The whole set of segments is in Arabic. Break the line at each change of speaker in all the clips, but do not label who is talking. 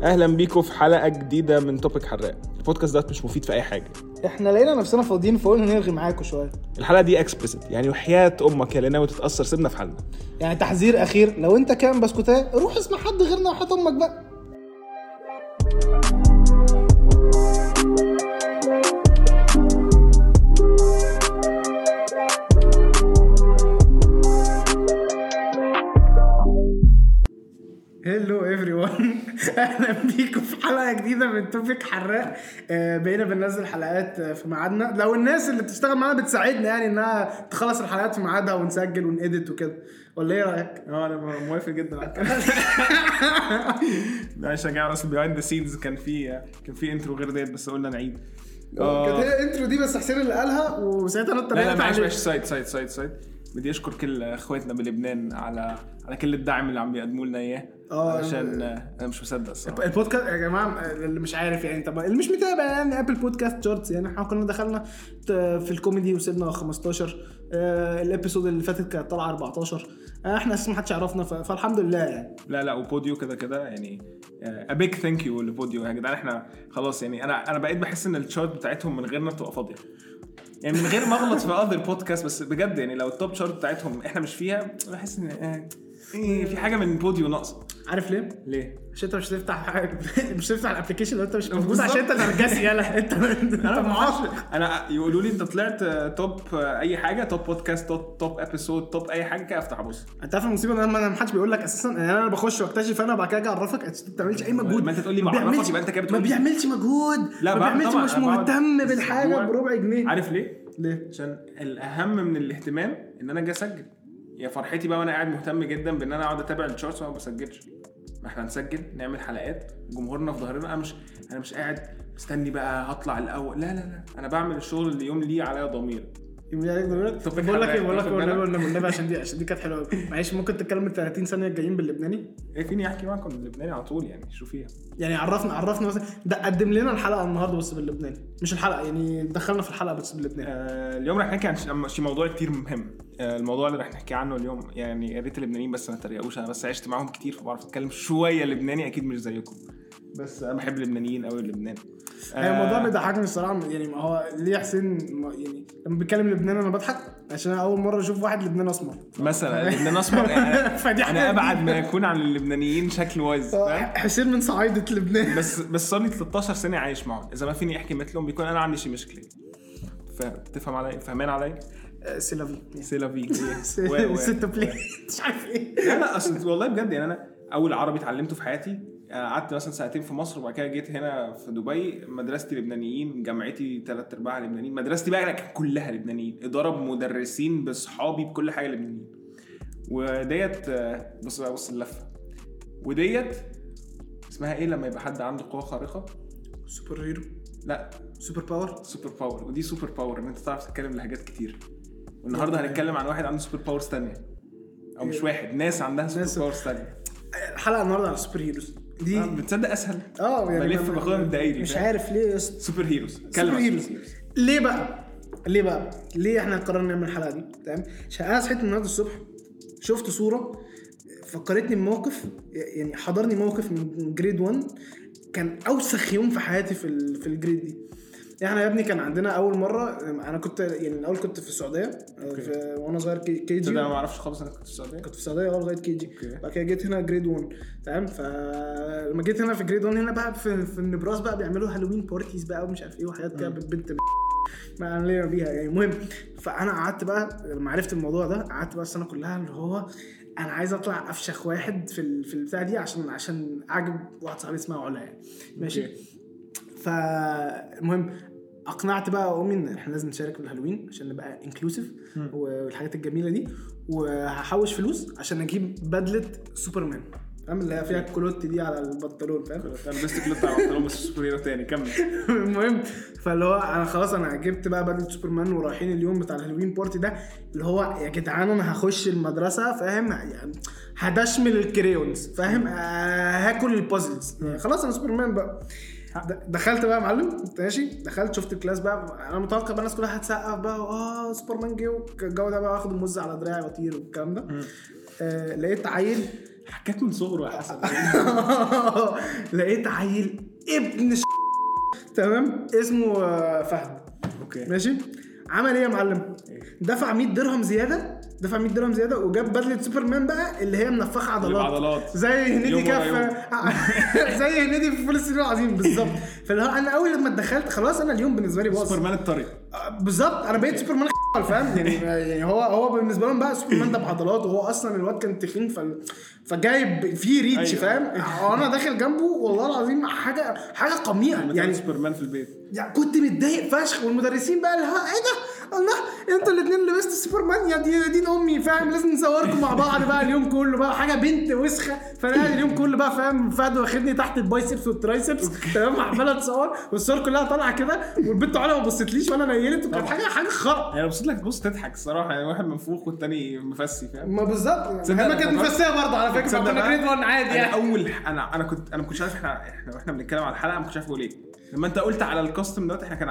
اهلا بيكم في حلقه جديده من توبيك حراق. البودكاست ده مش مفيد في اي حاجه،
احنا لقينا نفسنا فاضيين فقلنا نلغي معاكم شويه.
الحلقه دي اكسبلسيت يعني وحياه امك يا لنا وتتاثر سيبنا في حالنا.
يعني تحذير اخير، لو انت كان بسكوتاه روح اسمع حد غيرنا وحياة امك بقى. هلو everyone اهلا بيكم في حلقه جديده من توبيك حراق. بقينا بننزل حلقات في ميعادنا، لو الناس اللي بتشتغل معانا بتساعدنا يعني انها تخلص الحلقات في ميعادها ونسجل ونedit وكده، ولا ايه رايك؟
انا موافق جدا على كده. عشان جاي راس بيهايند ذا سينز كان في انترو غير ديت بس قلنا نعيد.
كانت هي انترو دي بس حسين اللي قالها وساعتها انا اتريقت عليه.
لا ماشي سايد بدي اشكر كل اخواتنا بلبنان على كل الدعم اللي عم بيقدموا لنا اياه. عشان انا مش مصدق الصراحه.
البودكاست يا جماعه اللي مش عارف يعني، طب اللي مش متابع يعني ابل بودكاست شورتس، يعني احنا كنا دخلنا في الكوميدي وصلنا 15. الابيسود اللي فاتت كانت طالعه 14. احنا اساسا ما حدش يعرفنا فالحمد لله يعني.
لا وبوديو كده يعني a big thank you لبوديو يا جدعان. احنا خلاص يعني انا بقيت بحس ان الشارت بتاعتهم من غيرنا بتبقى فاضيه، يعني من غير ما اغلط في other بودكاست، بس بجد يعني لو التوب شارت بتاعتهم احنا مش فيها بحس ان في حاجه من بوديو ناقصه.
عارف ليه؟
عشان
انت مش هتفتح الابلكيشن لو انت مش موجود، عشان انت نرجسي. يلا انت معاق.
انا يقولوا لي انت طلعت توب اي حاجه، توب بودكاست، توب ابيسود، توب اي حاجه كده افتح ابص.
انت عارف المصيبه ان انا ما حدش بيقول لك اساسا، يعني انا بخش واكتشف انا بعد كده اعرفك انت ما بتعملش اي مجهود.
ما انت تقول لي ما اعرفك يبقى انت كده بتقول
ما بيعملش مجهود، ما بيعملش، مش مهتم بالحاجه بربع جنيه.
عارف ليه؟ عشان الاهم من الاهتمام ان انا اجي اسجل. يا فرحتي بقى وانا قاعد مهتم جدا بان انا اقعد اتابع الشارتس وما بسجلش. ما احنا نسجل نعمل حلقات جمهورنا في ظهرنا. انا مش قاعد مستني بقى هطلع الاول. لا انا بعمل الشغل اللي يوم ليه عليا ضمير. بقول لك
والنبي عشان دي كانت حلوه قوي. معلش ممكن تتكلم 30 ثانيه الجايين باللبناني؟
ايه فيني احكي معاكم باللبناني على طول يعني شو فيها
يعني عرفنا مثلا ده قدم لنا الحلقه النهارده بس باللبناني، مش الحلقه يعني دخلنا في الحلقه بس باللبناني.
اليوم رح نحكي عن شيء موضوع كتير مهم. الموضوع اللي رح نحكي عنه اليوم يعني يا ريت اللبنانيين بس ما تريقوش، انا بس عشت معاهم كتير فبعرف اتكلم شويه لبناني، اكيد مش زيكم بس انا بحب اللبنانيين قوي. لبنان
الموضوع بيضحكني الصراحه يعني. ما هو ليه حسين يعني لما بيتكلم لبنان انا بضحك عشان اول مره اشوف واحد لبنان اسمر مثلا.
لبنان اسمر يعني انا ابعد ما يكون عن اللبنانيين شكل وايز.
حسين من صعيده لبنان
بس صار لي 13 سنه عايش معهم، اذا ما فيني احكي مثلهم بيكون انا عندي شيء مشكله. فتفهم علي؟ فهمان علي؟ سيلافي
ست بلي مش عارف ايه.
لا اصل والله بجد يعني انا اول عربي اتعلمته في حياتي قعدت مثلا سنتين في مصر وبعد كده جيت هنا في دبي. مدرستي لبنانيين، جامعتي 3/4 لبنانيين. مدرستي بقى كلها لبنانيين، اداره بمدرسين باصحابي بكل حاجه لبنانيين. وديت بص اللفه وديت اسمها ايه لما يبقى حد عنده قوه خارقه؟
سوبر هيرو.
لا
سوبر باور.
ودي سوبر باور ان انت تعرف تتكلم لهجات كتير. والنهارده هنتكلم عن واحد عنده سوبر باورز ثانيه، او مش واحد، ناس عندها سوبر باورز ثانيه.
الحلقه النهارده على السوبر هيروز دي
بتصدق اسهل
يعني
بلف باخدها من دقايق.
مش عارف ليه
سوبر هيروز.
ليه بقى ليه احنا قررنا نعمل الحلقه دي؟ تمام، عشان انا صحيت النهارده الصبح شفت صوره فكرتني بموقف، يعني حضرني موقف من جريد 1 كان اوسخ يوم في حياتي في الجريد دي. احنا يا ابني كان عندنا اول مره، انا كنت يعني الاول كنت في السعوديه وانا صغير كي جي.
انا ما اعرفش خالص انا كنت في السعوديه
لغايه كي جي. بعد كده جيت هنا جريد 1. تمام، فلما جيت هنا في جريد 1 هنا بقى في النبراس بقى بيعملوا هالوين بارتيز بقى ومش عارف ايه وحاجات كده بالبنت ما علينا بيها يعني. المهم فانا قعدت بقى لما عرفت الموضوع ده قعدت بقى السنه كلها اللي هو انا عايز اطلع افشخ واحد في البتاع دي عشان اعجب واحد صاحبي اسمه علا يعني. ماشي. فالمهم اقنعت بقى امي ان احنا لازم نشارك في الهالوين عشان نبقى انكلوسيف والحاجات الجميله دي، وهحوش فلوس عشان اجيب بدله سوبرمان، فاهم اللي هي فيها الكلوت دي على البنطلون، فاهم؟
انا بس كلوت على البنطلون بس سوبر هيرو تاني. كمل.
المهم فاللي هو انا خلاص انا جبت بقى بدله سوبرمان ورايحين اليوم بتاع الهالوين بارتي ده اللي هو يا جدعان انا هخش المدرسه، فاهم يعني هدشمل الكريونز، فاهم هاكل البازلز، خلاص انا سوبرمان بقى. دخلت بقى معلم ماشي، دخلت شفت الكلاس بقى، انا متوقع بقى الناس كلها هتسقف بقى سوبرمان جه والجو ده بقى، اخد الموز على دراعي واطير والكلام ده. لقيت عيل
حكيت من صغره يا حسن.
لقيت عيل ابن تمام اسمه فهد.
اوكي
ماشي. عمل ايه يا معلم؟ دفع 100 درهم زياده وجاب بدله سوبرمان بقى اللي هي منفخه عضلات زي هنيدي كف زي هنيدي في فول الصين العظيم بالظبط. فاللي هو انا اول لما دخلت خلاص انا اليوم بالنسبه لي باظ.
سوبرمان الطريق
بالظبط. انا بقيت سوبرمان فاهم يعني هو بالنسبه لهم بقى سوبرمان ده بعضلات وهو اصلا الواد كان تخين فجايب فيه ريتش فاهم. انا داخل جنبه والله العظيم حاجه قميئه يعني
سوبرمان في البيت
يعني. كنت متضايق فشخ والمدرسين بقى اللي ايه ده الله انتوا الاثنين لبستوا سوبرمان يا دين امي فاهم. لازم نصوركم مع بعض بقى اليوم كله بقى حاجه بنت وسخه. فانا اليوم كله بقى فاهم فهد واخدني تحت البايسبس والترايسبس تمام عماله اتصور والصور كلها طالعه كده والبنت على ما بصتليش وانا نيلت وكانت حاجه خرا
يعني. بصيت لك تبص تضحك الصراحه يعني. واحد منفوخ والتاني مفسي فاهم.
ما بالظبط يعني. ما كانت مفسيه برضه على فكره. كنا جريد 1 عادي يعني.
انا ما كنتش عارف احنا بنتكلم على الحلقه ما كنتش عارف اقول ايه. لما انت قلت على الكاستم دوت احنا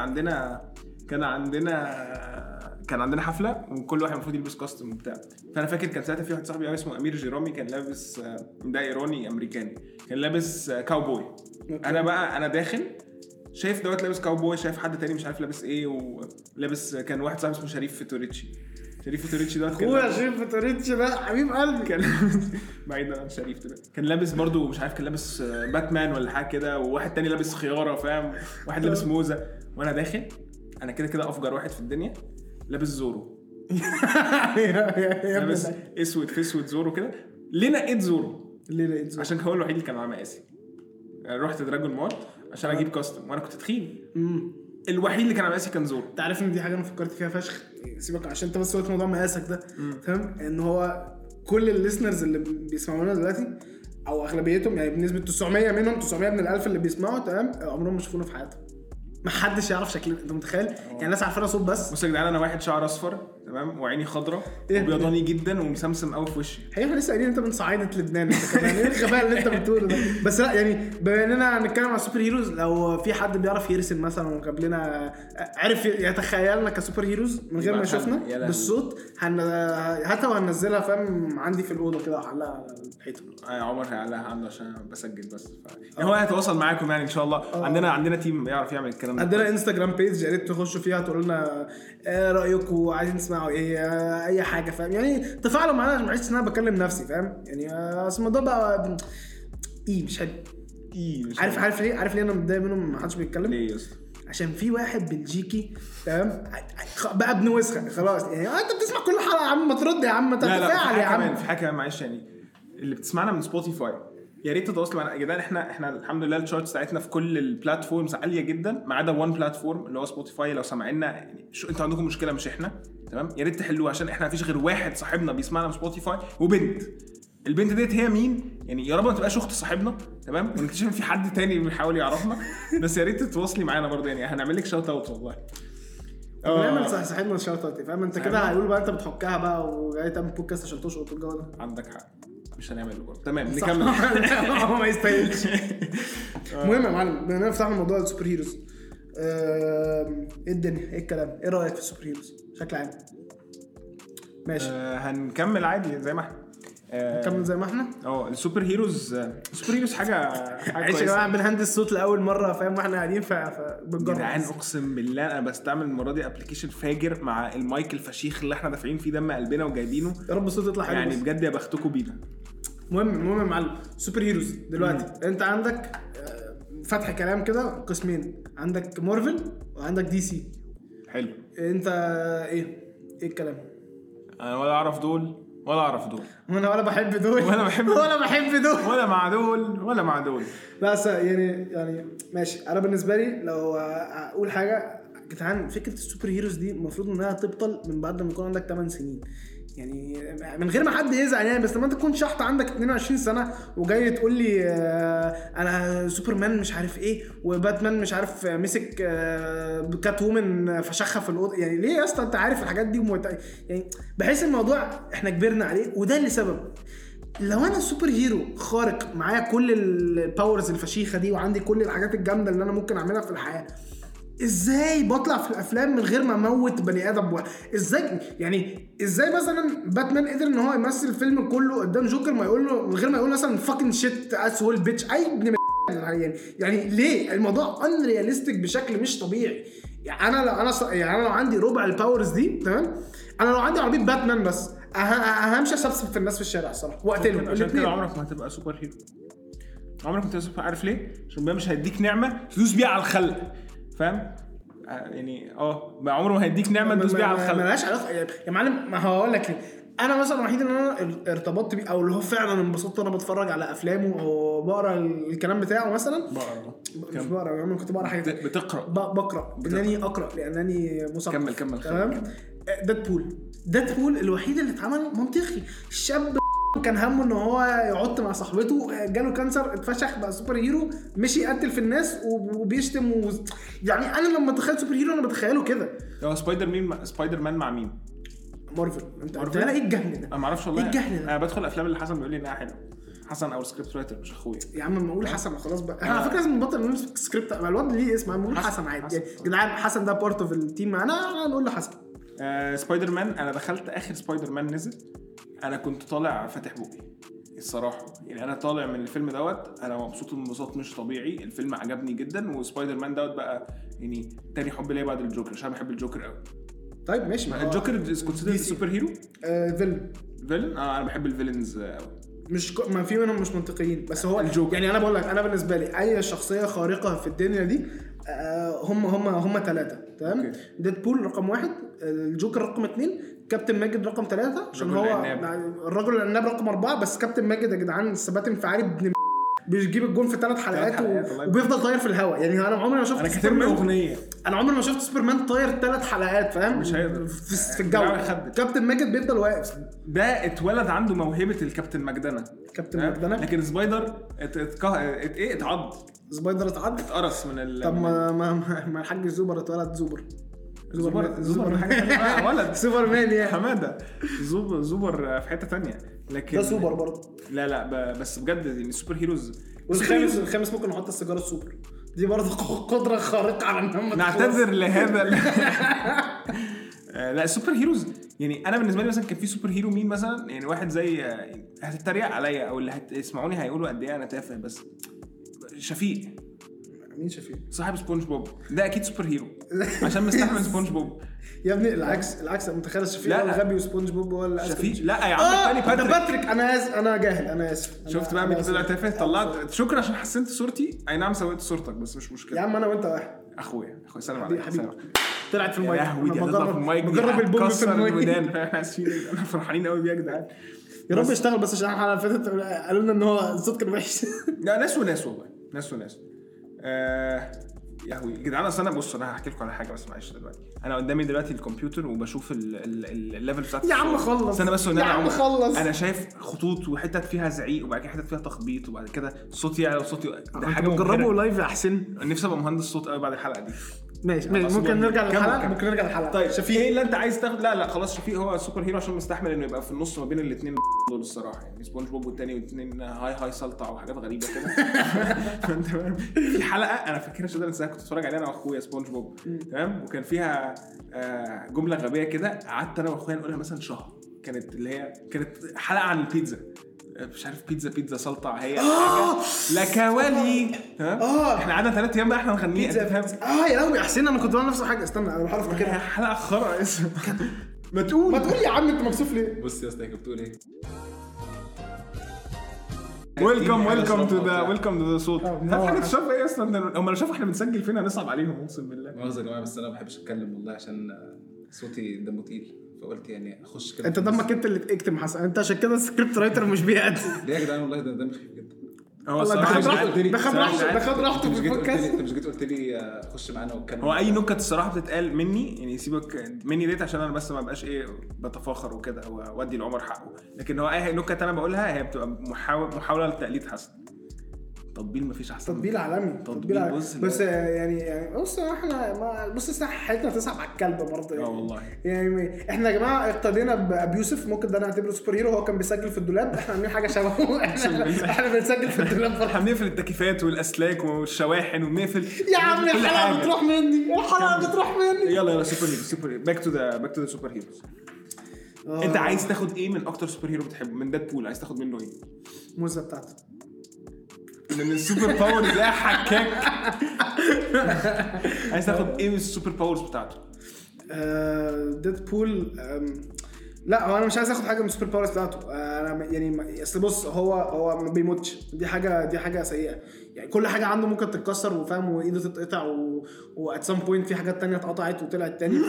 كان عندنا حفله وكل واحد المفروض يلبس كاستم وبتاع. فانا فاكر كان ساعتها في واحد صاحبي قوي اسمه امير جيرامي كان لابس ده ايراني امريكاني كان لابس كاوبوي. انا داخل شايف دوت لابس كاوبوي شايف حد تاني مش عارف لابس ايه ولابس كان واحد صاحبي اسمه شريف فيتوريتشي ده
هو شريف فيتوريتشي ده حبيب قلبي.
كان بعيدا عن شريف ده كان لابس برضو مش عارف كان لابس باتمان ولا حاجه كده وواحد تاني لابس خياره فاهم. واحد لابس موزه وانا داخل انا كده افجر واحد في الدنيا لابس زورو. لابس اسود في اسود زورو كده. ليه نقيت زورو عشان هو الوحيد اللي كان معاه مقاسي. رحت دراجون مول عشان اجيب كاستم وانا كنت تخين. الوحيد اللي كان على مقاسي كان زورو.
انت عارف ان دي حاجه انا فكرت فيها فشخ. سيبك عشان انت بس قلت موضوع مقاسك ده فاهم ان هو كل الليسنرز اللي بيسمعونا دلوقتي او اغلبيتهم يعني بنسبه 900 منهم 900 من ال1000 اللي بيسمعوا تمام عمرهم ما شافونا في حياتهم. ما حدش يعرف شكلنا. انت متخيل يعني الناس عارفانا صوت بس.
بص يا جدعان انا واحد شعر اصفر تمام وعيني خضراء وبيضاني جدا ومسمسم قوي في وشي.
احنا لسه قايلين انت من صعيدة لبنان انت كمان ايه الغباء اللي انت بتقوله ده. بس لا يعني بما اننا هنتكلم على السوبر هيروز لو في حد بيعرف يرسم مثلا وقبلنا عرف يتخيلنا كسوبر هيروز من غير ما يشوفنا بالصوت هاتها وهننزلها فاهم عندي في الاوضه كده احلها على الحيطه.
عمر هيعلقها عنده عشان بسجل بس يعني هو هيتواصل معاكم يعني ان شاء الله. عندنا تيم بيعرف يعمل الكلام ده.
عندنا انستجرام بيج يا ريت تخشوا فيها تقولوا لنا رايكم عايزين تسمعوا ايه اي حاجه فاهم يعني تفاعلوا معانا عشان ما احسش ان انا بكلم نفسي فاهم يعني. اصل الموضوع بقى مش حلو. عارف ليه انا متضايق منهم ما حدش بيتكلم
ليه يا اسطى؟
عشان في واحد بلجيكي تمام بقى ابن وسخه خلاص يعني. انت بتسمع كل حلقه يا عم ما ترد يا عم تتفاعل يا عم.
في حاجه كمان معلش يعني اللي بتسمعنا من سبوتيفاي يا ريت تتواصلوا معانا يا جدعان. احنا الحمد لله الشارتس بتاعتنا في كل البلاتفورمز عاليه جدا ما عدا وان بلاتفورم اللي هو سبوتيفاي. لو سمعنا يعني انتوا عندكم مشكله مش احنا تمام يا ريت تحلوها عشان احنا مفيش غير واحد صاحبنا بيسمعنا من سبوتيفاي وبنت. البنت ديت هي مين يعني؟ يا رب ما تبقاش اخت صاحبنا تمام ونكتشف ان في حد تاني بيحاول يعرفنا بس يا ريت تتواصلي معانا برضه يعني هنعمل لك شوت اوت والله.
نعمل صاحبنا شوت اوت فاهم انت كده هيقولوا بقى انت بتحكها بقى وجاي تعمل بودكاست عشان تشقط الجو ده.
عندك حق مش هنعمله برضه. تمام نكمل.
ما يستاهلش. المهم يا معلم بما اننا فتحنا موضوع السوبر هيروز ايه الدنيا ايه الكلام ايه رايك في السوبر هيروز بشكل عام؟ ماشي
هنكمل عادي زي ما احنا
نكمل زي ما احنا.
السوبر هيروز حاجه
كويسه يا جماعه. بنهندس صوت لاول مره فاهم واحنا قاعدين
بنجرب. جدعان اقسم بالله انا بستعمل المره دي ابلكيشن فاجر مع المايك الفشيخ اللي احنا دافعين فيه دم قلبنا وجايبينه.
يا رب الصوت يطلع حلو
يعني بجد يا بختكم بينا.
المهم يا معلم سوبر هيروز دلوقتي انت عندك فتح كلام كده قسمين. عندك مارفل وعندك دي سي.
حلو.
انت ايه الكلام؟
انا ولا اعرف دول
وانا ولا بحب دول
ولا بحب
دول
ولا مع دول
لا يعني ماشي. انا بالنسبه لي لو اقول حاجه جدعان فكره السوبر هيروز دي المفروض انها تبطل من بعد ما يكون عندك 8 سنين يعني من غير ما حد يزعل يعني. بس لما انت تكون شحط عندك 22 سنه وجاي تقول لي انا سوبرمان مش عارف ايه وباتمان مش عارف مسك كات وومن فشخها في الاوضه يعني ليه يا اسطى؟ انت عارف الحاجات دي يعني بحيث الموضوع احنا كبرنا عليه وده اللي سبب. لو انا سوبر هيرو خارق معايا كل الباورز الفشيخه دي وعندي كل الحاجات الجامده اللي انا ممكن اعملها في الحياه ازاي بطلع في الافلام من غير ما اموت بني ادم ازاي يعني ازاي مثلا باتمان قدر ان هو يمثل الفيلم كله قدام جوكر ما يقول له من غير ما يقول مثلا فاكين شيت اسول بيتش اي ابن يعني ليه الموضوع انرياليستيك بشكل مش طبيعي. يعني انا لو عندي ربع الباورز دي تمام، انا لو عندي عربيه باتمان بس همشي اسبسب في الناس في الشارع الصراحه وقتلهم.
عشان كده عمرك ما هتبقى سوبر هيرو، عمرك ما هتبقى سوبر. عارف ليه؟ عشان بقى مش هيديك نعمه تدوس بيها على الخلق، فاهم يعني؟ عمره ما هيديك نعمه تدوس بيها على الخلق.
مالهاش علاقه يا معلم. ما هقول لك انا مثلا الوحيد اللي انا ارتبطت بيه او اللي هو فعلا انبسطت وانا بتفرج على افلامه او بقرا الكلام بتاعه مثلا. مش بقرا، انا كنت بقرا حاجه. بقرا لانني اقرا لانني مثقف.
كمل
تمام. ديدبول الوحيد اللي اتعمل منطقي. الشاب كان همه ان هو يقعد مع صاحبته، جاله كانسر، اتفشخ بقى سوبر هيرو، مشي يقتل في الناس وبيشتم يعني انا لما اتخيل سوبر هيرو انا بتخيله كده.
هو سبايدر مان مع مين؟
مارفل. انت ايه الجهل ده؟
انا ما اعرفش والله.
ايه الجهل ده؟
انا بدخل افلام اللي حسن بيقول لي انها حلوه. حسن او سكريبت رايتر مش اخويا
يا عم. ما اقول حسن خلاص بقى. احنا على فكره لازم نبطل نقول سكريبت. الواد ليه اسمه نقول حسن عادي يا جدعان. حسن ده بارت اوف التيم معانا، نقول له حسن.
سبايدر مان، انا دخلت اخر سبايدر مان نزل، انا كنت طالع فاتح بوقي الصراحه. يعني انا طالع من الفيلم دوت انا مبسوط انبساط مش طبيعي. الفيلم عجبني جدا، وسبايدر مان دوت بقى يعني تاني حب ليا بعد الجوكر عشان بحب الجوكر قوي.
طيب ماشي.
الجوكر كونسيدر سوبر هيرو. فيلن. انا بحب الفيلنز قوي.
مش ما في منهم مش منطقيين، بس هو
الجوكر.
يعني انا بقول لك انا بالنسبه لي اي شخصيه خارقه في الدنيا دي هم 3 تمام. ديدبول رقم 1، الجوكر رقم 2، كابتن ماجد رقم 3 عشان هو الرجل العناب رقم 4. بس كابتن ماجد يا جدعان ثبات انفعالي ابن بيجيب الجون في 3 حلقات وبيفضل طاير في الهواء. يعني انا عمري ما شفت انا عمري ما شفت سوبرمان طاير 3 حلقات، فاهم؟
مش هيقدر
في الجو. كابتن ماجد بيفضل واقف.
ده اتولد عنده موهبه الكابتن ماجدنا. لكن سبايدر اتعض.
سبايدر اتقرص
من
طب ما الحاج زوبر اتولد زوبر
حاجه ثانيه ولد
سوبرمان يا
حماده. زوبر في حته ثانيه. لكن
ده سوبر برضه.
لا بس بجد يعني سوبر هيروز.
والخامس ممكن نحط السيجاره السوبر دي برضه قدره خارقه على ان
نعتذر لهذا لا سوبر هيروز يعني انا بالنسبه لي مثلا كان في سوبر هيرو مين مثلا، يعني واحد زي هتتريق عليا او اللي هتسمعوني هيقولوا قد ايه انا تافه، بس شفيق.
مين شفيق؟
صاحب سبونج بوب ده اكيد سوبر هيرو عشان مستحمل سبونج بوب
يا ابني. العكس متخيل شفيق ولا غبي وسبونج بوب ولا
شفيق؟ لا يا عم الثاني
باتريك. انا جاهل، انا اسف.
شفت بقى مين طلع تافه؟ طلعت شكرا عشان حسنت صورتي. اي نعم سويت صورتك بس مش مشكله
يا عم. انا وانت واحد.
اخويا سلام عليك.
طلعت في المايك.
مجرب البوم في المايك. احنا فرحانين قوي بيه يا جدعان.
يا رب يشتغل. بس عشان الحلقه اللي فاتت قالوا لنا ان هو الصوت كان وحش.
لا ناس والله ناس يا جدعان. اصل انا هحكي لكم على حاجه بس معلش. دلوقتي انا قدامي دلوقتي الكمبيوتر وبشوف الليفل بتاعت
يا عم خلص.
انا بس
يا عم خلص.
انا شايف خطوط وحتت فيها زعيق وبعد كده حتت فيها تخبيط وبعد كده صوتي يعلى وصوتي. ده حاجه
جربوا لايف يا حسين.
نفسي ابقى مهندس صوت قوي بعد الحلقه دي.
ماشي ممكن نرجع للحلقه.
طيب شفيق ايه اللي انت عايز تاخد؟ لا خلاص شفيق هو سوبر هيرو عشان مستحمل انه يبقى في النص ما بين الاثنين دول الصراحه. يعني سبونج بوب والاثنين هاي سلطع وحاجات غريبه كده. تمام. في حلقه انا فاكرها شده انساها كنت اتفرج عليها انا واخويا سبونج بوب تمام، وكان فيها جمله غبيه كده قعدت انا واخويا نقولها مثلا شهر. كانت اللي هي كانت حلقه عن البيتزا. مش عارف بيتزا سلطع هي حاجه لكوالي تمام. احنا قعدنا 3 ايام بقى احنا نغنيها فاهم.
يا لهوي يا حسين انا كنت بعمل نفس الحاجه. استنى انا بحاول افتكرها.
حلقه خرا اسمها ما تقول
يا عم انت مكسوف ليه؟
بص يا اسطى بتقول ايه؟
ويلكم تو ذا صوت. حاجه تشوف ايه اصلا؟ هم لو شافوا احنا بنسجل فين هنصعب عليهم اقسم بالله.
مؤاخذه يا جماعه بس انا ما بحبش اتكلم والله عشان صوتي دمه تقيل، فقلت يعني اخش كده.
انت دمك انت اللي تكتم حسن. انت عشان كده السكريبت رايتر مش بيقعد.
ليه يا جدعان والله ده دمي خفيف جدا.
والله ده خد راحته في البودكاست.
انت مش جيت قلت لي خش معانا واتكلم.
هو اي نكت الصراحه بتتقال مني يعني سيبك مني ديت عشان انا بس ما بقاش بتفاخر وكده وادي العمر حقه. لكن هو اي نكت انا بقولها هي بتبقى محاوله لتقليد حسن تطبيل مفيش احسن
تطبيل عالمي،
تطبيل
عالمي.
بص
بس يعني بص احنا بص حياتنا تصعب على الكلب برضه يعني.
والله
يعني احنا يا جماعه اقتدينا بابي يوسف، ممكن ده نعتبره سوبر هيرو، هو كان بيسجل في الدولاب، احنا عاملين حاجه شبهه. احنا بنسجل في الدولاب برضه.
احنا بنقفل التكييفات والاسلاك والشواحن وبنقفل
يا عم الحلقه بتروح مني، الحلقه بتروح مني.
يلا سوبر هيرو باك تو ذا سوبر هيروز. انت عايز تاخد ايه من اكتر سوبر هيرو بتحبه؟ من ديدبول عايز تاخد منه ايه؟
الموزه بتاعته،
لان السوبر باور ده حكاك. عايز تاخد ايه من السوبر باورز بتاعته؟
ديدبول لا هو انا مش عايز اخد حاجه من السوبر باورز بتاعته. انا يعني اصل بص هو ما بيموتش، دي حاجه سيئه يعني. كل حاجه عنده ممكن تتكسر وفاهم وايده تتقطع وات سام بوينت في حاجات تانية اتقطعت وطلعت تاني.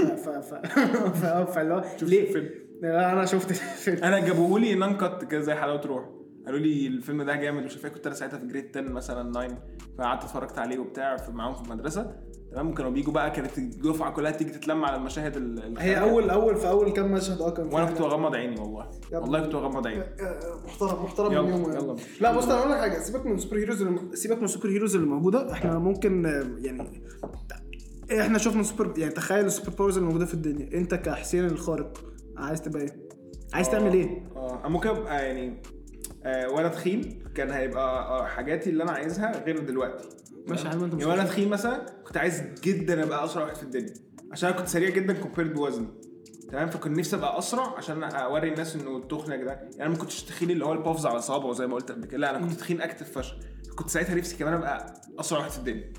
فاللي ليه
فيلم.
انا شفت الفيلم،
انا جابوهولي نانكت كده زي حلاوه روح، قالوا لي الفيلم ده جامد مش عارف. كنت انا ساعتها في جريد 10 مثلا 9، فقعدت اتفرجت عليه وبتاع معاهم في المدرسه تمام. كانوا بيجوا بقى، كانت الدفعه كلها تيجي تتلم على المشاهد
هي اول كام مشهد كان،
وانا كنت بغمض عيني والله كنت بغمض عيني.
محترم يلا. لا بص انا اقول لك حاجه، سيبك من السوبر هيروز اللي موجوده. احنا ممكن يعني احنا شفنا سوبر، يعني تخيل السوبر باورز اللي موجوده في الدنيا، انت كحسين الخارق عايز تبقى ايه؟ عايز تعمل ايه؟
ممكن ابقى يعني وانا تخين كان هيبقى حاجاتي اللي انا عايزها غير دلوقتي.
ماشي يا عم انت.
يعني وانا تخين مثلا كنت عايز جدا ابقى اسرع واحد في الدنيا، عشان انا كنت سريع جدا كومبيرد بوزني تمام. فكنت نفسي ابقى اسرع عشان اوري الناس انه التخن يا جدعان. يعني انا ما كنتش تخين اللي هو البافز على صابعه زي ما قلت قبل كده، لا انا كنت تخين اكتف فشخ. كنت ساعتها نفسي كمان ابقى اسرع واحد في الدنيا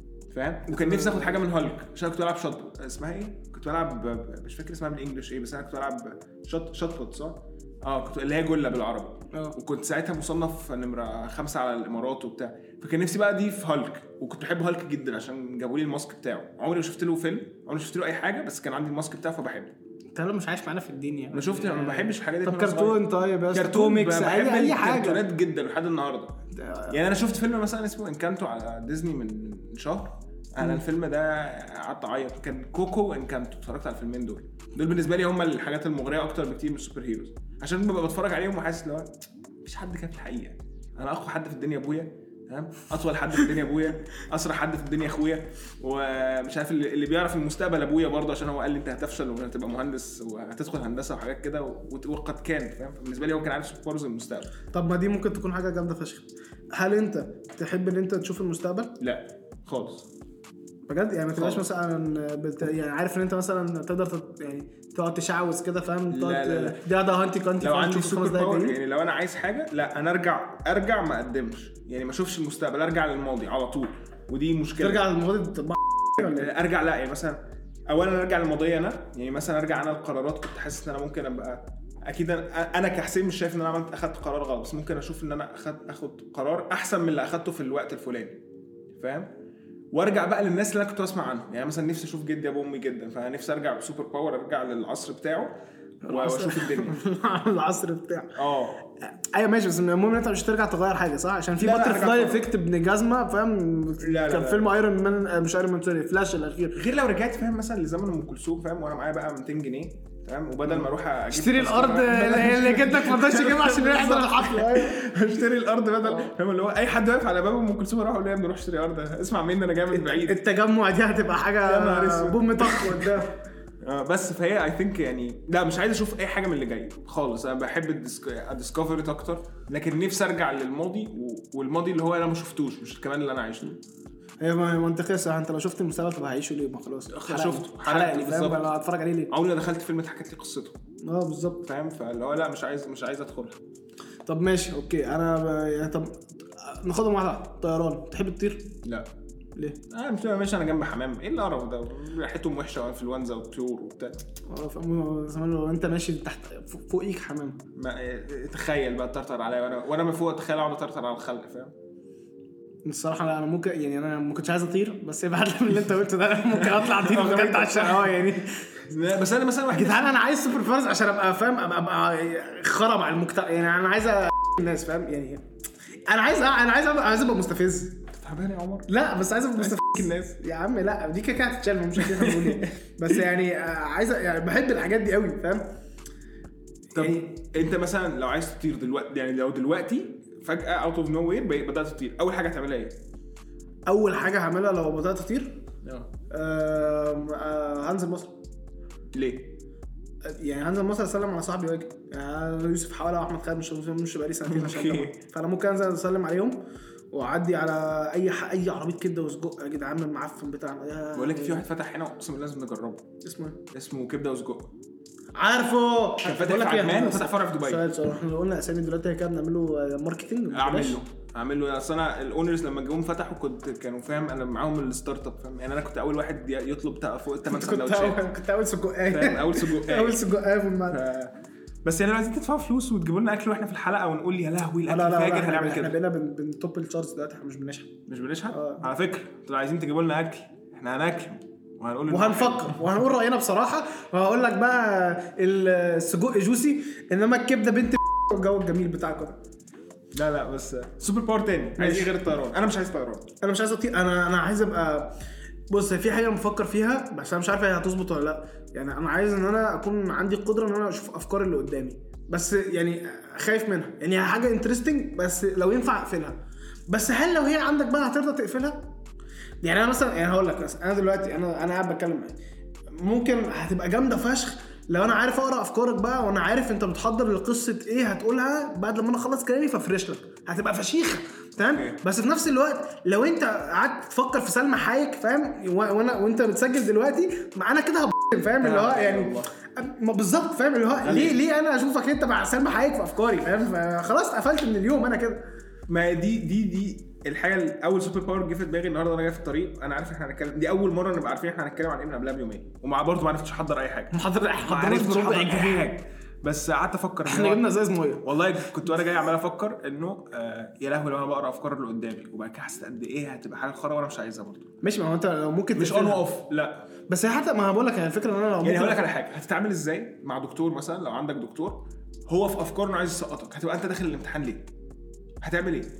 فاهم. وكان نفسي اخد حاجه من هالك عشان كنت بلعب شوت، اسمها ايه؟ كنت بلعب مش فاكر اسمها بالانجلش ايه، بس انا كنت بلعب شوت بوت صح؟ كنت اللي هي جله بالعربي. وكنت ساعتها مصنف نمره 5 على الامارات وبتاع. فكان نفسي بقى دي في هالك، وكنت بحب هالك جدا عشان جابوا لي الماسك بتاعه. عمري ما شفت له فيلم، عمري ما شفت له اي حاجه، بس كان عندي الماسك بتاعه فبحبه.
انت لو مش عايش معانا في الدنيا
انا شفت، انا ما بحبش الحاجات دي.
طب كرتون طيب بس كوميكس اي حاجه
كرتونات جدا لحد النهارده. يعني انا شفت فيلم مثلا اسمه انكانتو على ديزني من شهر. انا الفيلم ده قعدت اعيط. كان كوكو وانكانتو، اتفرجت على الفيلمين دول بالنسبه لي هم الحاجات المغريه اكتر بكتير من السوبر هيروز، عشان ببقى بتفرج عليهم وحاسس ان مفيش حد كان في الحقيقه. انا اقوى حد في الدنيا ابويا تمام، اطول حد في الدنيا ابويا، اسرع حد في الدنيا اخويا، ومش عارف اللي بيعرف المستقبل ابويا برضه، عشان هو قال لي انت هتفشل وهتبقى مهندس وهتدخل هندسه وحاجات كده وقد كان فاهم. بالنسبه لي هو كان عارف سوبر المستقبل.
طب ما دي ممكن تكون حاجه جامده فشخ. هل انت تحب ان انت تشوف المستقبل؟
لا خالص
بجد يعني ما تبقاش مثلا يعني عارف ان انت مثلا تقدر يعني تقعد تشعوذ كده فاهم.
لا
ده هانتي كانتي
لو عندي سوبر باور يعني لو انا عايز حاجه لا انا ارجع ما اقدمش، يعني ما اشوفش المستقبل، ارجع للماضي على طول. ودي مشكله.
ترجع للماضي
ارجع لا يعني مثلا اولا ارجع للماضي انا، يعني مثلا ارجع انا القرارات كنت حاسس ان انا ممكن ابقى اكيد انا كحسين مش شايف ان انا اخدت قرار غلط، بس ممكن اشوف ان انا اخد قرار احسن من اللي اخدته في الوقت الفلاني فاهم. وارجع بقى للناس اللي انا كنت بسمع عنهم. يعني مثلا نفسي اشوف جدي ابو امي جدا، فانا نفسي ارجع بسوبر باور، ارجع للعصر بتاعه واشوف الدنيا.
العصر بتاعه
ايوه
ماشي. بس المهم انت مش ترجع تغير حاجه صح، عشان في باتر فلاي افكت ابن جزمه فاهم. كان فيلم ايرون مان مش ايرون مان سوري فلاش الاخير.
غير لو رجعت فاهم مثلا لزمن ام كلثوم فاهم، وانا معايا بقى 200 جنيه تمام، وبدل ما اروح
اشتري الارض اللي جدك ما رضاش يجيبها عشان يحضر الحفله.
اشتري الارض بدل فاهم اللي هو اي حد واقف على باب ام كلثوم اروح اقول له يا ابني روح اشتري ارض، اسمع مني انا جاي من بعيد.
التجمع دي هتبقى حاجه بوم طخ قدام.
بس فهي اي ثينك يعني لا مش عايز اشوف اي حاجه من اللي جاي خالص. انا بحب الديسكفري اكتر، لكن نفسي ارجع للماضي والماضي اللي هو انا ما شفتوش مش كمان اللي انا عايشه.
هي منطقيه صح. انت لو شفت المستقبل تبقى هعيشه ليه؟ ما خلاص
شفته
حرقني فاهم. انا هتفرج عليه ليه؟
عمري ما دخلت فيلم اتحكت لي قصته
بالظبط
فاهم. فاللي هو لا مش عايز ادخلها.
طب ماشي اوكي. انا يعني طب ناخدهم واحده. طيران تحب تطير؟
لا
ليه؟
مش ماشي انا جنب حمام، ايه القرف ده؟ ريحتهم وحشه وانفلونزا وطيور وبتاع.
زمان لو انت ماشي تحت فوقيك حمام،
ما تخيل بقى تطرطر عليا وانا من فوق، تخيل اقعد اطرطر على الخلق فاهم.
الصراحه انا ممكن يعني انا ما كنتش عايز اطير، بس بعد اللي انت قلته ده ممكن اطلع اطير بجد عشان يعني.
بس انا مثلا واحد
جدعان انا عايز سوبر فارز عشان ابقى فاهم، ابقى خرم على المجتمع. يعني انا عايز الناس فاهم يعني. انا عايز ابقى مستفز.
تعبان يا عمر.
لا بس عايز ابقى مستفز
الناس
يا عم. لا دي كده هتتشال مش هنقول ايه. بس يعني عايز يعني بحب الحاجات دي قوي فاهم.
طب يعني انت مثلا لو عايز تطير دلوقتي، يعني لو دلوقتي فجاه اوت اوف نو وير بدات تطير، اول حاجه هتعملها ايه؟
اول حاجه هعملها لو بدات اطير
اه
هنزل مصر.
ليه؟
يعني هنزل مصر اسلم على صاحبي واجي، يعني يوسف حواله واحمد خالد مش بقالي سنتين عشان فانا ممكن انزل اسلم عليهم واعدي على اي عربيه كبده وسجق يا جدعان المعفن بتاعنا ده.
بقول لك في واحد فتح هنا اقسم بالله لازم نجربه. اسمه كبده وسجق.
عارفه
كان فاتح في عمان وفتح فرع في دبي.
سؤال احنا لو قلنا اسامي دلوقتي كده بنعمل له ماركتنج.
اعمل له اصل انا الاونرز لما جم فتحوا كانوا فاهم انا معاهم الستارت اب فاهم يعني انا كنت اول واحد يطلب فوق 8 سندوتشات.
كنت اول سجقايه
اول سجقايه
في المعنى.
بس يعني عايزين تدفعوا فلوس وتجيبوا لنا اكل واحنا في الحلقه ونقول يا لهوي الاكل فاجر هنعمل كده.
احنا بقينا بنتوب الشارتس دلوقتي، احنا مش بنشحت
على فكره. انتوا عايزين تجيبوا لنا اكل احنا هناكل
وهنفكر وهنقول راينا بصراحه وهقول لك بقى السجق جوسي انما الكبده بنت الجو الجميل بتاعكم ده.
لا بس سوبر باور تاني عايز غير الطيران. انا مش عايز طيران،
انا مش عايز اطير. انا عايز ابقى بص في حاجه بفكر فيها بس انا مش عارف هي هتظبط ولا لا. يعني انا عايز ان انا اكون عندي القدره ان انا اشوف افكار اللي قدامي بس يعني خايف منها. يعني حاجه انترستنج بس لو ينفع اقفلها. بس هل لو هي عندك بقى هترضى تقفلها؟ يعني انا مثلا يعني هقول لك مثلا انا دلوقتي انا قاعد بتكلم معاك ممكن هتبقى جامده فشخ لو انا عارف اقرا افكارك بقى وانا عارف انت بتحضر لقصه ايه هتقولها بعد لما انا اخلص كلامي ففرش لك هتبقى فشيخه تمام. بس في نفس الوقت لو انت قعدت تفكر في سلمى حايك فاهم وانت بتسجل دلوقتي معانا كده فاهم اللي هو يعني ما بالظبط فاهم اللي هو ليه انا اشوفك انت مع سلمى حايك في افكاري فاهم. فخلاص قفلت من اليوم انا كده.
ما دي الحاجه الاول سوبر باور جه في دماغي النهارده وانا جاي في الطريق. انا عارف احنا هنتكلم دي اول مره نبقى عارفين احنا هنتكلم عن ايه من قبلها بيومين ومع برضه ما عرفتش احضر اي حاجه. حضرت اي حاجه بس قعدت افكر
احنا جبنا ازاز ميه
والله كنت وانا جاي عمال افكر انه يا لهوي لو انا بقرا افكار اللي قدامي وبعد كده حسيت قد ايه هتبقى حاجه خرا وانا مش عايزها برضه.
مش ما هو انت لو ممكن
مش اون اوف لا
بس حتى ما بقول لك يعني الفكره ان انا لو
يعني هقول لك على حاجه هتتعامل ازاي مع دكتور مثلا. لو عندك دكتور هو في افكاره عايز يسقطك هتبقى انت داخل الامتحان ليه؟ هتعمل ايه؟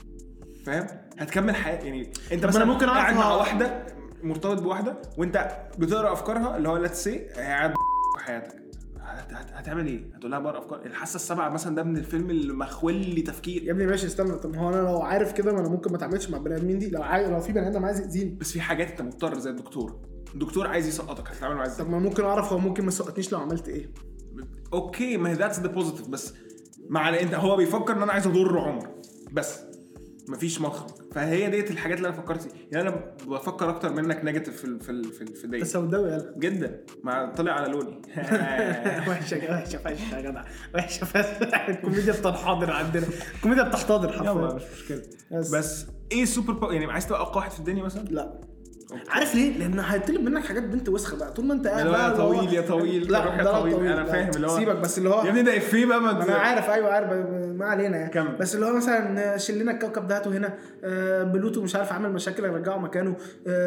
فاهم؟ هتكمل حياه يعني انت مثلا
ممكن
قاعد مع واحده مرتبط بواحده وانت بتقرا افكارها اللي هو ليتس سي قاعد في حياتك هتعمل ايه؟ هتقول لها بقرا افكار الحاسه السابعه مثلا ده من الفيلم اللي مخول لي تفكير
يا ابني. ماشي استنى طب هو انا لو عارف كده ما انا ممكن ما اتعاملش مع بني ادمين دي. لو في بني ادم عايز يأذيني
بس في حاجات انت مضطر زي الدكتور عايز يسقطك هتتعامل معاه ازاي؟
طب ما ممكن اعرف هو ممكن ما يسقطنيش لو عملت ايه.
اوكي ما هي ذاتس ذا بوزيتيف بس مع انت هو بيفكر ان انا عايز اضر عمر بس مفيش مخرج. فهي ديت الحاجات اللي انا فكرت فيها. يعني انا بفكر اكتر منك نيجاتيف في ديت
بس سوداوي يلا
جدا ما طلع على لوني
وحشه فشخ يا جدع وحشه فشخ. الكوميديا بتحاضر عندنا الكوميديا بتحتضر
حرفيا مش مشكله. بس ايه سوبر باور يعني عايز تبقى اقوى واحد في الدنيا مثلا؟
لا عارف ليه؟ لان هيطلب منك حاجات بنت وسخه بقى طول ما انت قاعد بقى
طويل يا طويل
لا
ده طويل انا فاهم اللي هو
سيبك بس اللي هو
يا ابني ده افيه بقى
ما انا عارف ايوه عارف ما علينا يعني
كمل.
بس اللي هو مثلا شلنا الكوكب ده هنا بلوتو مش عارف عمل مشاكل يرجعه مكانه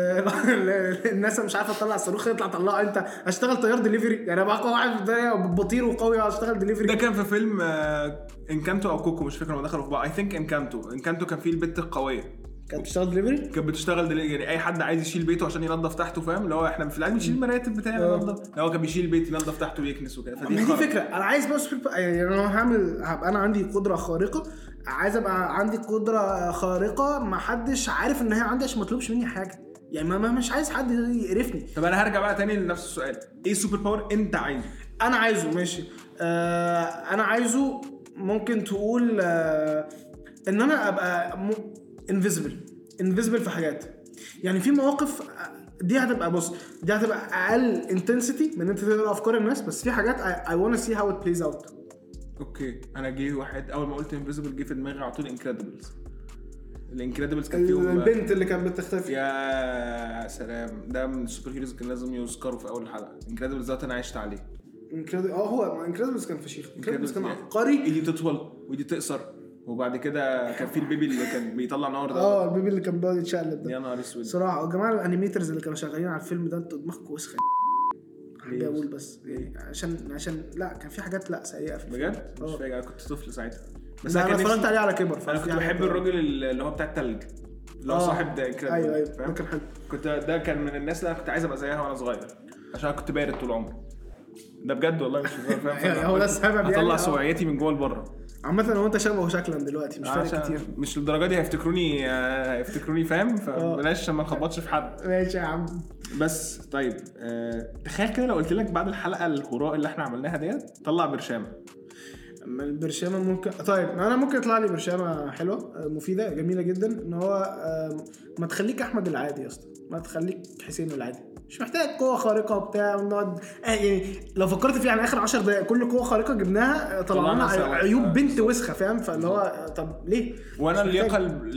الناس مش عارفه تطلع الصاروخ يطلع طلعه انت اشتغل طيار دليفري يعني بقى اقوى واحد ده بطير وقوي اشتغل دليفري.
ده كان في فيلم انكانتو او كوكو مش فاكر لما دخلوا في بعض. اي ثينك انكانتو كان فيه البت القويه
كانت بتشتغل دليفري
يعني اي حد عايز يشيل بيته عشان ينظف تحته فاهم اللي هو احنا في العالم نشيل المراتب بتاعنا ننظف هو كان بيشيل البيت ينظف تحته ويكنس وكده.
فدي فكره انا عايز بس يعني انا هبقى انا عندي قدره خارقه عايز ابقى عندي قدره خارقه ما حدش عارف ان هي عندي عشان ما تطلبش مني حاجه يعني ما مش عايز حد يقرفني.
طب انا هرجع بقى تاني لنفس السؤال ايه سوبر باور انت عايزه؟
انا عايزه ماشي انا عايزه ممكن تقول ان انا ابقى invisible في حاجات يعني في مواقف دي هتبقى بص دي هتبقى اقل انتنسيتي من انت تقرا افكار الناس بس في حاجات I wanna see how it plays out.
اوكي انا جه واحد اول ما قلت invisible جه في دماغي على طول الانكريدبلز كان فيهم
البنت اللي كانت بتختفي
يا سلام ده من السوبر هيروز كان لازم يذكروا في اول حلقه. انكريدبلز ده انا عشت عليه
هو انكريدبلز كان فشيخ انكريدبلز كان عبقري
اللي تطول ودي تقصر وبعد كده كان في البيبي اللي كان بيطلع نار ده
البيبي اللي كان بيقعد يتشقلب ده
يا نهار اسود
صراحه. الجماعه الانيميترز اللي كانوا شغالين على الفيلم ده انتوا دماغكم وسخه حابب اقول بس يعني عشان لا كان في حاجات لا سيئه في
بجد مش فاكر انا كنت طفل ساعتها
بس انا اتفرجت عليه على كبر
انا كنت بحب الراجل اللي هو بتاع التلج اللي هو صاحب ده
ايوه ده كان حلو.
ده كان من الناس اللي انا كنت عايز ابقى زيها وانا صغير عشان كنت بارد طول عمري ده بجد والله مش فاهم
هو ده السبب
يعني اطلع سوعيتي من جوه لبره
عامه لو انت شبهه شكلا دلوقتي مش فارق كتير.
مش للدرجه دي هيفتكروني فاهم. فبلاش عشان ما نخبطش في حد.
ماشي يا عم.
بس طيب تخيل كده لو قلت لك بعد الحلقه الهراء اللي احنا عملناها ديت طلع برشامه.
البرشامه ممكن. طيب انا ممكن يطلع لي برشامه حلوه مفيده جميله جدا ان هو ما تخليك احمد العادي يا اسطى، ما تخليك حسين العادي. مش محتاج قوه خارقه وبتاع ونقعد يعني لو فكرت فيه يعني اخر 10 دقايق كل قوه خارقه جبناها طلعنا عيوب بنت وسخه فاهم. فاللي هو طب ليه؟
وانا اللياقه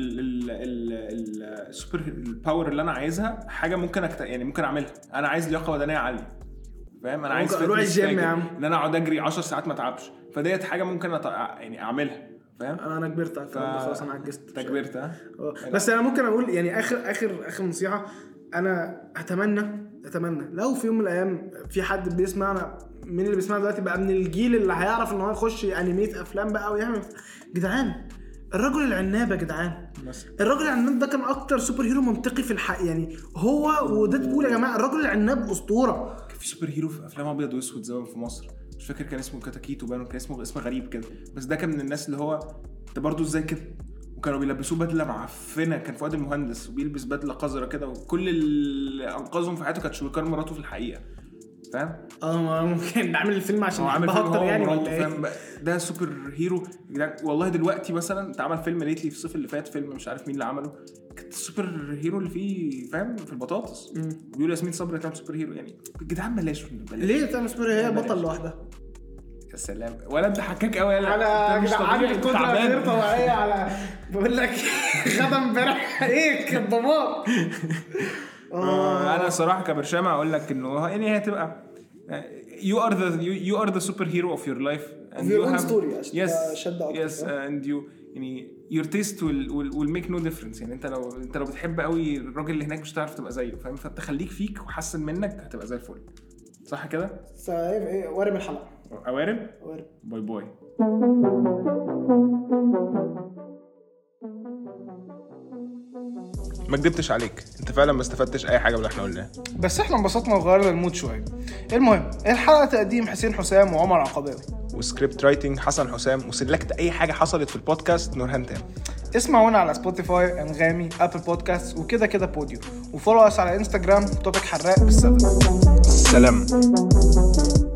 السوبر الباور اللي انا عايزها حاجه ممكن يعني ممكن اعملها. انا عايز لياقه بدنيه عاليه فاهم. انا عايز
اروح الجيم يا عم
ان انا اقعد اجري 10 ساعات ما اتعبش. فديت حاجه ممكن يعني اعملها فاهم.
انا كبرت خلاص انا عجزت.
كبرت ها.
بس انا ممكن اقول يعني اخر نصيحه. انا اتمنى لو في يوم من الايام في حد بيسمعنا من اللي بيسمعنا دلوقتي بقى من الجيل اللي هيعرف ان هو يخش انيميت افلام بقى ويعمل جدعان الرجل العناب يا جدعان. الرجل العناب ده كان اكتر سوبر هيرو منطقي في الحق يعني. هو وديدبول يا جماعه الرجل العناب اسطوره.
كان في سوبر هيرو في افلام ابيض واسود زمان في مصر مش فاكر كان اسمه كاتاكيتو باين كان اسم غريب كده. بس ده كان من الناس اللي هو ده برضو ازاي كده. وكانوا بيلبسوه بدله معفنه. كان فؤاد المهندس وبيلبس بدله قذره كده. وكل اللي انقذهم في حياته كانت شويكار مراته في الحقيقه فاهم.
ممكن نعمل الفيلم عشان نحبها اكتر يعني ولا
فاهم. ده سوبر هيرو والله. دلوقتي مثلا اتعمل فيلم ليتلي في الصيف اللي فات فيلم مش عارف مين اللي عمله. كانت السوبر هيرو اللي فيه فاهم في البطاطس. بيقولوا ياسمين صبري تعمل سوبر هيرو يعني جدعان بلاش.
ليه تعمل سوبر هي بطل لوحدها؟
يا سلام ولا انت حكاك قوي
على جدعان القدره غير طبيعيه على بقول لك غدا امبارح ايه كان دمار.
انا صراحه كبرشامه اقول لك انه يعني هي هتبقى you are the superhero of your life
and you have story.
yes and you يعني your taste will make no difference. يعني انت لو بتحب قوي الراجل اللي هناك مش هتعرف تبقى زيه فاهم. فانت خليك فيك وحسن منك هتبقى زي الفل صح كده.
ايه وارب الحلقه
قوارب باي باي. ما كدبتش عليك انت فعلا ما استفدتش اي حاجه من اللي احنا قلناه.
بس احنا انبسطنا وغيرنا المود شويه. المهم الحلقه تقديم حسين حسام وعمر عقباوي
وسكريبت رايتنج حسن حسام وسلكت اي حاجه حصلت في البودكاست نورهان تام.
اسمعونا على سبوتيفاي انغامي ابل بودكاست وكده بوديو وفولو اس على انستجرام توبيك حراق بالسلام.